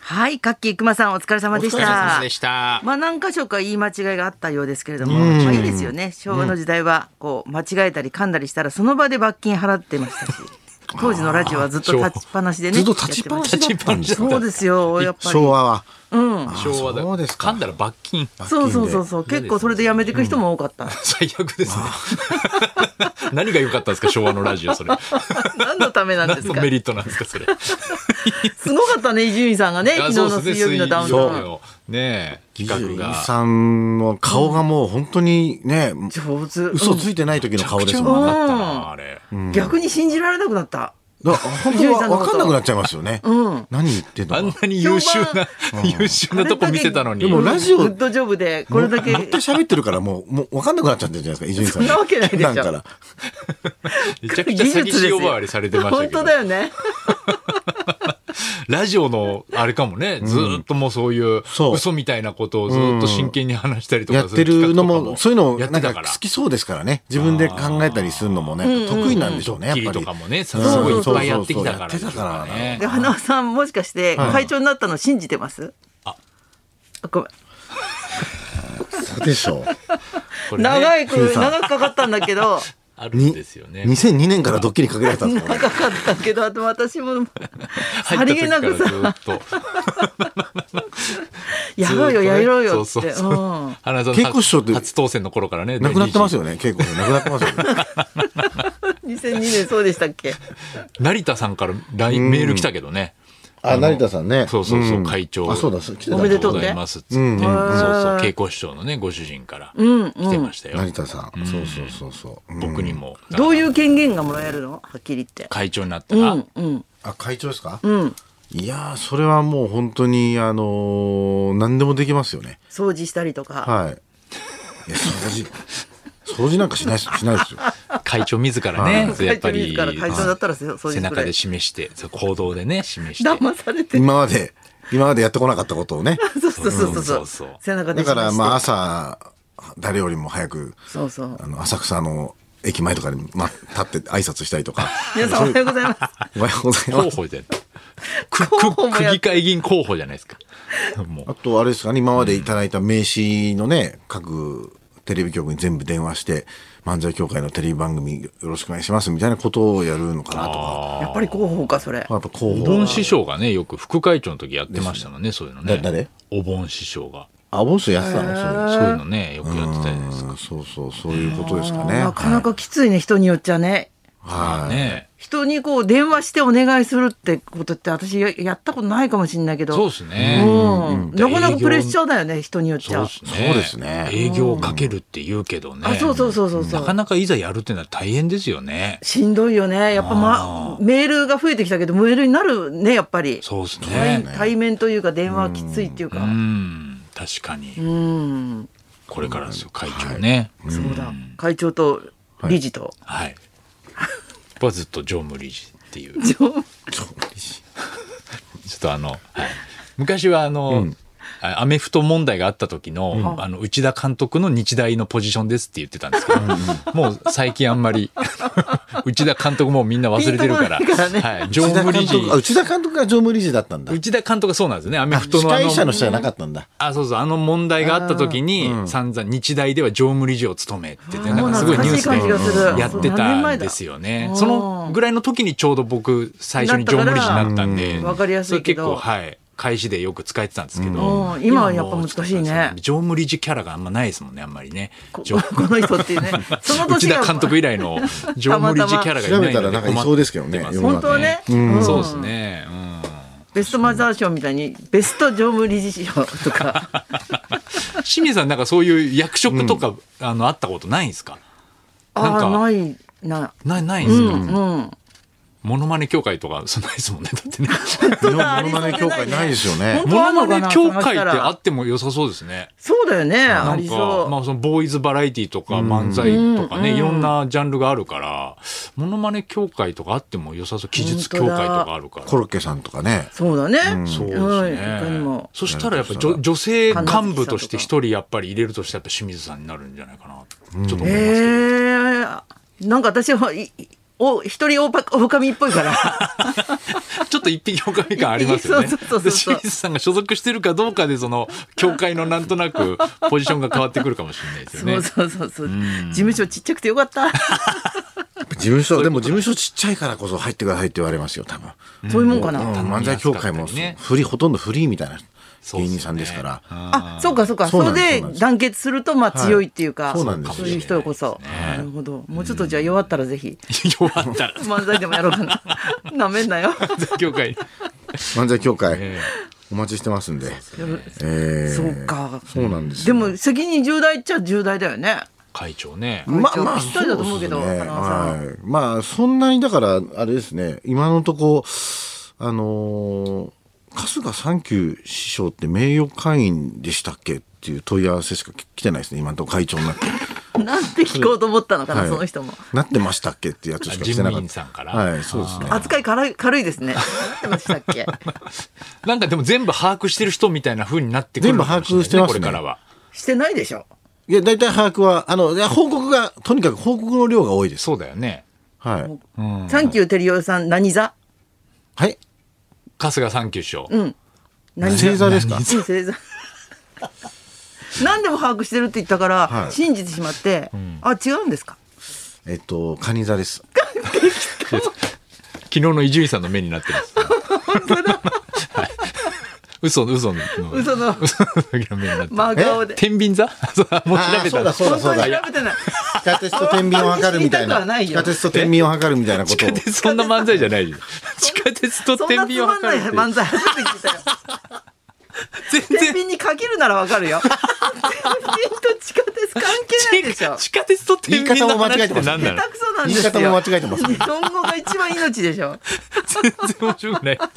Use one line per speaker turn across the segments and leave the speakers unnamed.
はい、カッキー熊さんお疲れ様でし
お疲れ様
た。
でした。
まあ何箇所か言い間違いがあったようですけれども、まあいいですよね。昭和の時代はこう間違えたり噛んだりしたらその場で罰金払ってましたし、当時のラジオはずっと立ちっぱなしでね。
ずっと立ちっぱなしだったんですか。
そうですよ、やっぱり。
昭和は。
昭和だ。
そうですか。
噛んだら罰金。
そう、結構それでやめていく人も多かった。
最悪ですね。何が良かったんですか、昭和のラジオ、それ。
何のためなんですか。
何のメリットなんですか、それ。
すごかったね、伊集院さんがね、昨日の水曜日のダウンタウン。
ねえ、企画が。
さんの顔がもう本当にね、
上手。
嘘ついてない時の顔ですもんね。
逆に信じられなくなった。
本当は分かんなくなっちゃいますよね。何言ってんの。
あんなに優秀なとこ見せたのに。
でもラジオグッドジョブでこれだけ
もっと喋ってるからもう分かんなくなっちゃってるじゃないですか、伊集院さん。
そんなわけないでしょ。
めちゃくちゃ詐欺師呼ばわりされてましたけど。
本当だよね。
ラジオのあれかもね、ずっともうそういう嘘みたいなことをずっと真剣に話したりとか
やってるのも、そういうのなんか好きそうですからね。自分で考えたりするのもね、得意なんでしょうね、やっぱり。
ドッキリとかもね、すごいいっぱいやってきたからね。
で、花輪さんもしかして会長になったの信じてます？ごめん。
そうでしょう。
長くかかったんだけど。
あるんですよね。
2002年からドッキリかけられたんですか。
長かったけど、あと私もさりげなくさ、やろうよって。
花さん
稽古師匠って
初当選の頃からね、
亡くなってますよね。稽古師匠亡くなってますよね。
2002年そうでしたっけ。
成田さんからメール来たけどね。
成田さんね。
そう会長。
そうだ、
おめでとう
ございますっつって。稽古師匠のね、ご主人から来てましたよ。
成田さん。そう。
僕にも。
どういう権限がもらえるの？はっきり言って。
会長になったら。
会長ですか？いやー、それはもう本当に何でもできますよね。
掃除したりとか。
はい。いや、掃除なんかしないですよ。
会長自らね、やっぱり
会長だったら
背中で示して、行動でね示して。
騙されて。
今までやってこなかったことをね。
そう。背中で示して。
だからまあ朝誰よりも早く浅草の駅前とかに立って挨拶したりとか。
皆さんおはようございます。
おはようございます。
候補で。区議会議員候補じゃないですか。
あとあれですかね、今までいただいた名刺のね、各テレビ局に全部電話して漫才協会のテレビ番組よろしくお願いしますみたいなことをやるのかなとか。
やっぱり広報かそれ。
やっぱ広報。
お盆師匠がね、よく副会長の時やってましたのね、そういうのね。
誰？
お盆師匠が。
お盆師匠やってたの？
そういうのね、よくやってたじゃないですか。
そういうことですかね。
なかなかきついね、人によっちゃね。
はい。
人にこう電話してお願いするってことって私やったことないかもしれないけど。
そうですね。
なかなかプレッシャーだよね、人によっちゃ。
そうですね。
営業をかけるって言うけどね。
そう。
なかなかいざやるってのは大変ですよね。
しんどいよね。やっぱメールが増えてきたけど、メールになるね、やっぱり。
そうですね。
対面というか電話はきついっていうか。
確かに。これからですよ、会長ね。
そうだ。会長と理事と。
はい。はずっと常務理事っていう。
常務
理事。
ちょっと昔はアメフト問題があった時の、内田監督の日大のポジションですって言ってたんですけど、もう最近あんまり内田監督もみんな忘れてるから、常務理事。
内田監督が常務理事だったんだ。
内田監督がそうなんですね。アメフトの
司会者の人じゃなかったんだ。
問題があった時に散々日大では常務理事を務めってなんかすごいニュースでやってたんですよね。そのぐらいの時にちょうど僕最初に常務理事になったんで、
わかりやすいけど。
開始でよく使えてたんですけど、
今はやっぱ難しいね。
常務理事キャラがあんまないですもんね、あんまりね。
この人っていうね。
内田監督以来の常務理事キャラがいないので。
調べたらなんかいそうですけどね。
本当はね。
そうですね。
ベストマザー賞みたいにベスト常務理事賞とか。
清水さんなんかそういう役職とかあったことないんですか？
ないん
ですか？モノマネ協会とかそんなですもんね。だってね。
モノマネ協会ないですよね。
モノマネ協会ってあっても良さそうですね。
そうだよね。ありそう。
まあそのボーイズバラエティとか漫才とかね、いろんなジャンルがあるから、モノマネ協会とかあっても良さそう。技術協会とかあるから。
コロッケさんとかね。
そうだね。
そうですね。そしたらやっぱ女性幹部として一人やっぱり入れるとしてやっぱ清水さんになるんじゃないかな。ちょっと思いますけど。
なんか私は一人狼っぽいから
ちょっと一匹狼感ありますよね。
そう
清水さんが所属してるかどうかでその協会のなんとなくポジションが変わってくるかもしれないですよね。
そう事務所ちっちゃくてよかった
事務所ちっちゃいからこそ入ってくださいって言われますよ多分。
そういうもんかな、
漫才協会も
ね
ほとんどフリーみたいな芸人さんですから。
そうかそ
そうなんです
れで団結すると強いっていうか、
そうなんです
そういう人こそ、なるほど。もうちょっとじゃあ弱ったらぜひ
弱ったら
漫才でもやろうかななめんなよ
協会
漫才協会お待ちしてますんで。
そうか。
そうなんです
でも責任重大っちゃ重大だよね。
会長ね。
まあ
一人だと思うけど、
そうですね
花輪さん。
はい。まあそんなにだからあれですね。今のとこ春日サンキュー師匠って名誉会員でしたっけっていう問い合わせしか来てないですね。今のところ会長になって
なんて聞こうと思ったのかな、
はい
その人も。
なってましたっけっていうやつしか来てなかった。
事務員さんから
はい、そうですね。
扱い軽いですね。なってましたっけ。
なんかでも全部把握してる人みたいな風になってくるのかもしれないですね。
全部把握してますね
これからは。
してないでしょ。
いや大体把握はいや報告がとにかく報告の量が多いです。
そうだよね。
はい。
サンキューテリオさん何座？
はい。
春日サンキュー師匠。
何
星座ですか。
星座。何でも把握してるって言ったから、
はい
信じてしまって、あ違うんですか。
蟹座です。
昨日の伊集院さんの目になってます。嘘の
嘘の
時の目になって
真顔で。
天秤座そうもう調べたら
そうだ
本当に調べてない。
地下鉄と天秤を測るみたい
知りたくは
な。
ないよ
地下鉄と天秤を測るみたいなことを。
そんな漫才じゃないよ。地下鉄と天
そんなつ
秤を
まんない
測るって
漫才初めて聞いたよ。
全
天
然
秤にかけるならわかるよ。天秤と地下鉄関係ないでしょ。
地下鉄と天秤の話って何なの？
下手くそなんで
言い
すよ。
方も間違えてます。
日本語が一番命でしょ。
全然面白くない。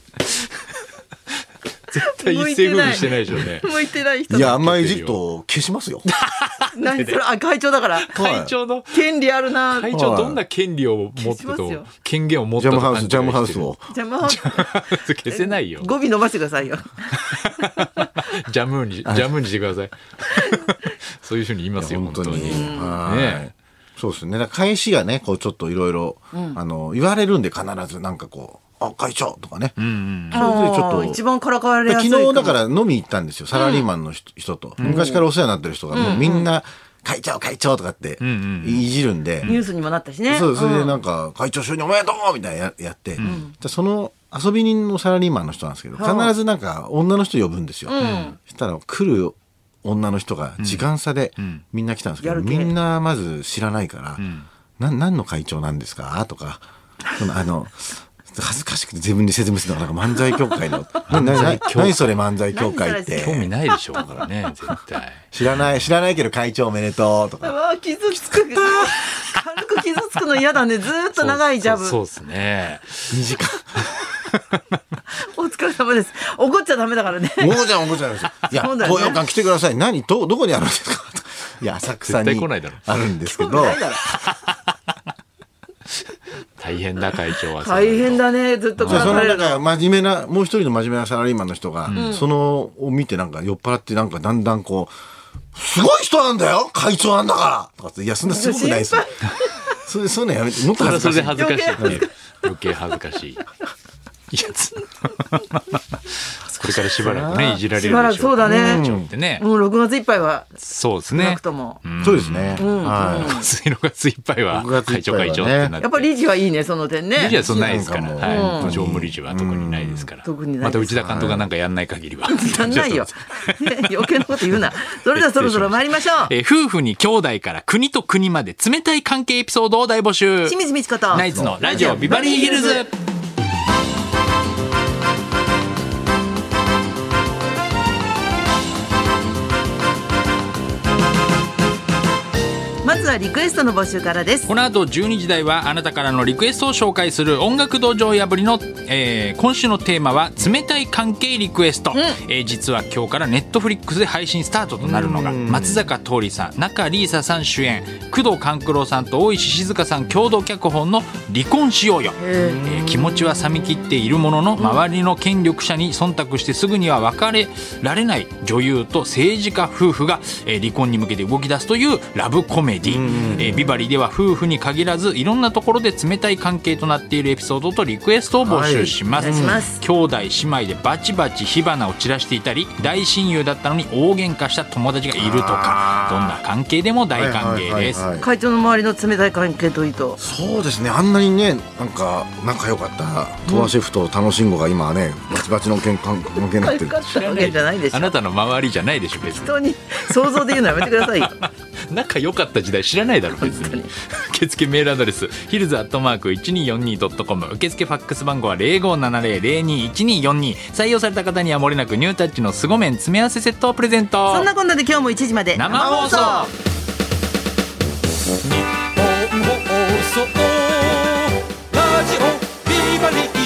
絶対一世風靡してないでしょうね。
向いてない人。
いや、あんまりじっと消しますよ。
何それ、会長だから。
会長の
権利あるな。
会長どんな権利を持ってと
消しますよ
権限を持ったと感じ
ジャムハウスを。
邪魔。
消せないよ。
語尾伸ばしてくださいよ。
ジャムにしてください。そういうふうに言いますよ本当に。
はい
ね
そうですね。だから返しがね、こうちょっといろいろ言われるんで必ずなんかこう。あ会長とかね、それでちょっと
一番からかわれやすい。
昨日だから飲み行ったんですよサラリーマンの人と、昔からお世話になってる人がもうみんな会長とかっていじるんで、
ニュースにもなったしね。
それでなんか会長就任おめでとうみたいなやって、その遊び人のサラリーマンの人なんですけど必ずなんか女の人呼ぶんですよ、そしたら来る女の人が時間差でみんな来たんですけど、みんなまず知らないから「何の会長なんですか?」とか恥ずかしくて自分で説明するのがなんか漫才協会の何それ漫才協会って
興味ないでしょうからね絶対。
知らないけど会長おめでとうとか。
うわ傷つく。軽く傷つくの嫌だね。ずーっと長いジャブ。
そうですね。
2時間
お疲れ様です。怒っちゃダメだからね。
もうじゃん怒っちゃうんですよ。いや
そうだよね
東洋館来てください。どこにあるんですか。いや浅草に
絶対来ないだろ
あるんですけど。
ないだろ
大変だ会長は。
大変だね。ずっと
その
からかれるの。
なんか真面目なもう一人の真面目なサラリーマンの人が、そのを見てなんか酔っ払ってなんかだんだんこうすごい人なんだよ会長なんだからとかっていやそんなすごくないですよ。そういうのやめてもっと恥ずかしい。
それで恥ずかしいって余計恥ずかしいやつ。これからしばらくねいじられるでしょう。
しばらくそうだね
会長ってね。
もう6月いっぱいは
そうです
少な
ね
くとも。
そうですね。はい。
6月いっぱいは
6月いっぱいはね
会長ってなって。
やっぱり理事はいいねその点ね。
理事はそんなないですから、
なんかもう
はい、
うん
常務理事は特にないですから、
特にないです
また内田監督がなんかやんない限りは、
やんないよ。ね余計なこと言うな。それではそろそろ参りましょう。
夫婦に兄弟から国と国まで冷たい関係エピソードを大募集。
清水美智子と
ナイツのラジオビバリーヒルズ。
まずはリクエストの募集からです。
この後12時台はあなたからのリクエストを紹介する音楽道場破りの、今週のテーマは冷たい関係リクエスト、実は今日からネットフリックスで配信スタートとなるのが松坂桃李さん中里依紗さん主演工藤官九郎さんと大石静香さん共同脚本の離婚しようよ、気持ちは冷めきっているものの周りの権力者に忖度してすぐには別れられない女優と政治家夫婦が、離婚に向けて動き出すというラブコメディ、 ビバリーでは夫婦に限らずいろんなところで冷たい関係となっているエピソードとリクエストを募集します、
お願いします
兄弟姉妹でバチバチ火花を散らしていたり大親友だったのに大喧嘩した友達がいるとかどんな関係でも大歓迎です、
会長の周りの冷たい関係といいと。
そうですね、あんなにねなんか仲良かった鳥羽シェフと楽しんごが今はねバチバチの関係になってる。
かったわけじゃないでしょ。
あなたの周りじゃないでしょ別に
人に想像で言うのやめてくださいよ。
仲良かった時代知らないだろ別に受付メールアドレスヒルズ@1242.com 受付ファックス番号は 0570-021242 採用された方にはもれなくニュータッチの凄麺詰め合わせセットをプレゼント。
そんなこんなで今日も1時まで
生放送
日本放送ラジオビバリー